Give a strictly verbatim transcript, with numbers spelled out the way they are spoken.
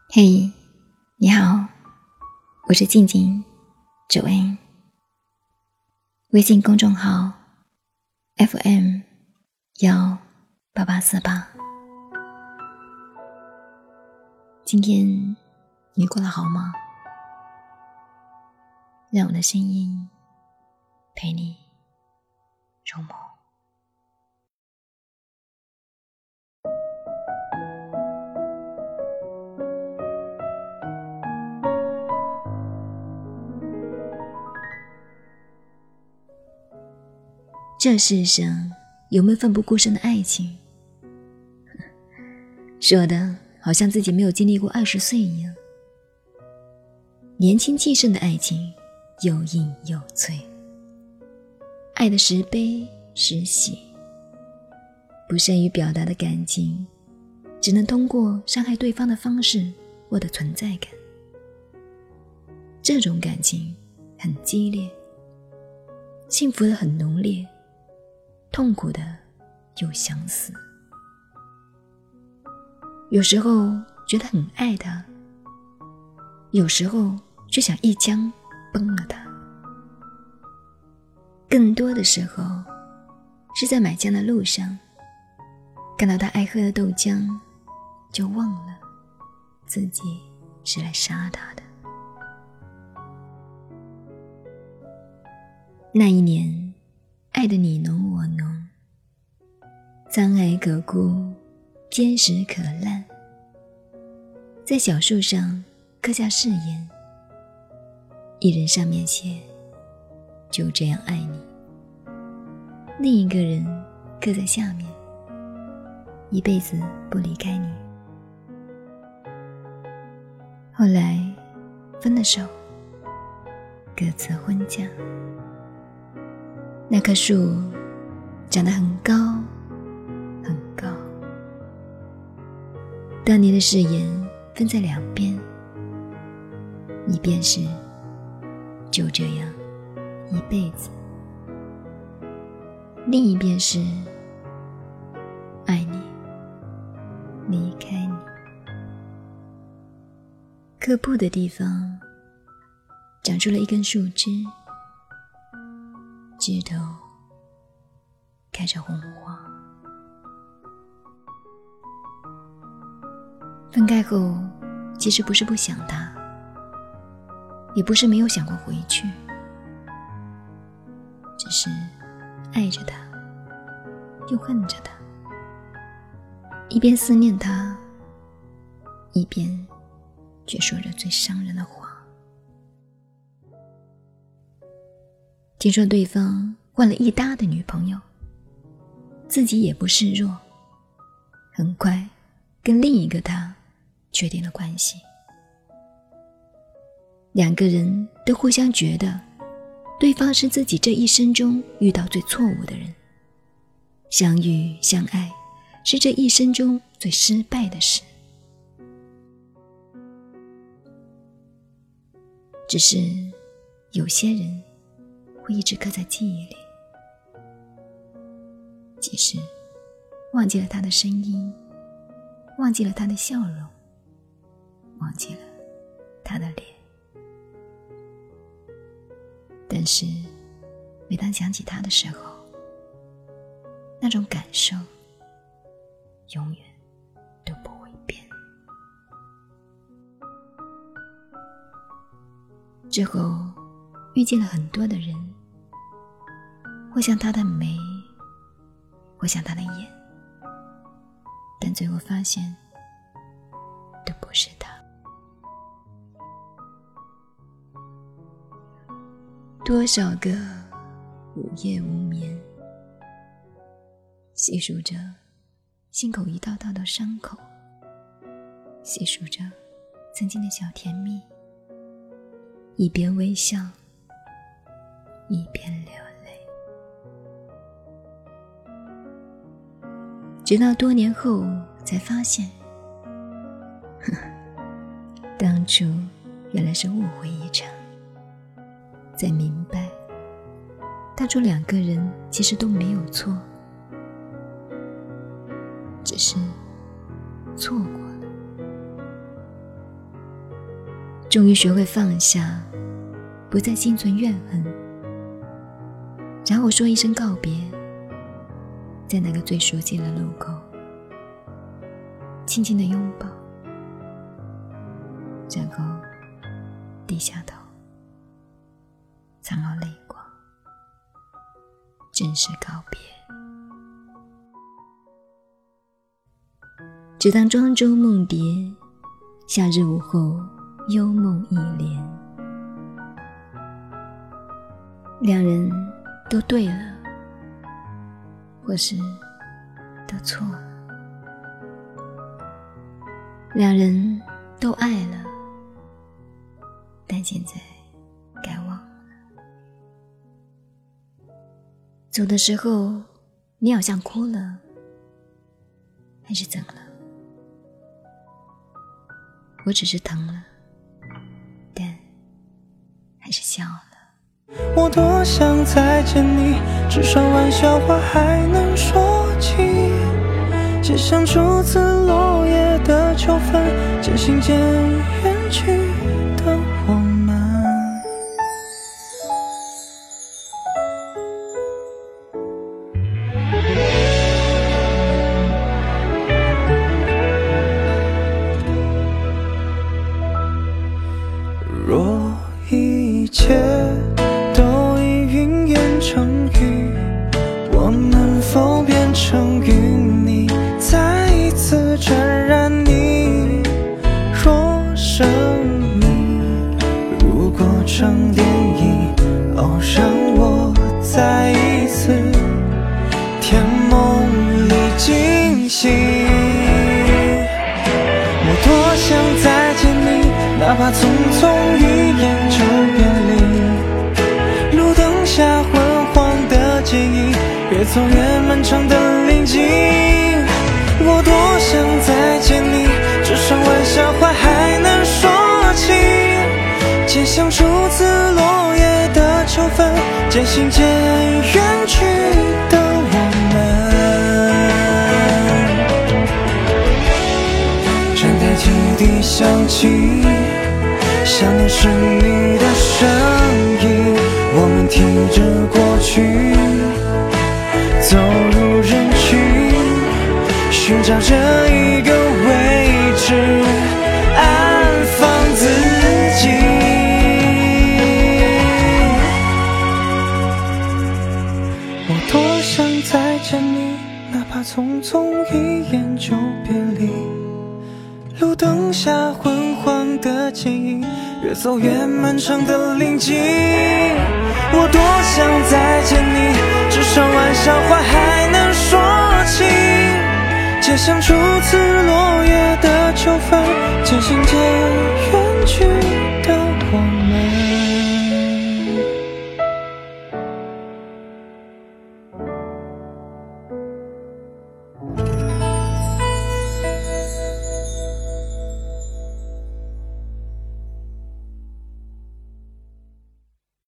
嘿、hey, 你好，我是静静周恩，微信公众号 F M 一八八四八。今天你过得好吗？让我的声音陪你入梦。这世上有没有奋不顾身的爱情？说的好像自己没有经历过二十岁一样。年轻气盛的爱情又硬又脆，爱的时悲时喜，不善于表达的感情只能通过伤害对方的方式获得存在感。这种感情很激烈，幸福的很浓烈，痛苦的又相似。有时候觉得很爱他，有时候却想一枪崩了他。更多的时候是在买浆的路上，看到他爱喝的豆浆，就忘了自己是来杀他的。那一年爱得你侬我侬，沧海可枯，坚实可烂。在小树上刻下誓言，一人上面写就这样爱你，另一个人刻在下面一辈子不离开你。后来分了手，各自婚嫁。那棵树长得很高很高，当年的誓言分在两边，一边是就这样一辈子，另一边是爱你离开你。刻布的地方长出了一根树枝，枝头开着红花。分开后，其实不是不想他，也不是没有想过回去，只是爱着他，又恨着他，一边思念他，一边却说着最伤人的话。听说对方换了一搭的女朋友，自己也不示弱，很快跟另一个他确定了关系。两个人都互相觉得对方是自己这一生中遇到最错误的人，相遇相爱是这一生中最失败的事。只是有些人会一直刻在记忆里，即使忘记了他的声音，忘记了他的笑容，忘记了他的脸，但是每当想起他的时候，那种感受永远都不会变。之后遇见了很多的人，或像他的眉，或像他的眼，但最后发现都不是他。多少个午夜无眠，细数着心口一道道的伤口，细数着曾经的小甜蜜，一边微笑一边流泪。直到多年后才发现，呵呵，当初原来是误会一场。才明白，当初两个人其实都没有错，只是错过了。 终于学会放下，不再心存怨恨，然后说一声告别，在那个最熟悉的路口轻轻的拥抱，然后低下头，藏好泪光，正式告别。只当庄周梦蝶，夏日午后幽梦一帘。两人都对了，或是都错了，两人都爱了，但现在该忘了。走的时候你好像哭了，还是怎么了？我只是疼了，但还是笑了。 我多想再见你，至少玩笑话还能说起，就像初次落叶的秋分，渐行渐远去的我们。若一切都已云烟成雨，我能否变成云泥，再一次沾染你？若生命如果成电影，哦，让我再一次甜梦里惊醒。我多想再见你，哪怕匆匆一眼就别离，路灯下昏黄的剪影，越走越漫长的林径。我多想再见你，至少玩笑话还能说起，就像初次落叶的秋分，渐行渐远去的我们。站台汽笛响起，想念是你的声音，我们提着过去走入人群，寻找着一个位置安放自己。我多想再见你，哪怕匆匆一眼就别离，路灯下昏黄的剪影，越走越漫长的林径。我多想再见你，至少玩笑话还能说起，就像初次落叶的秋分，渐行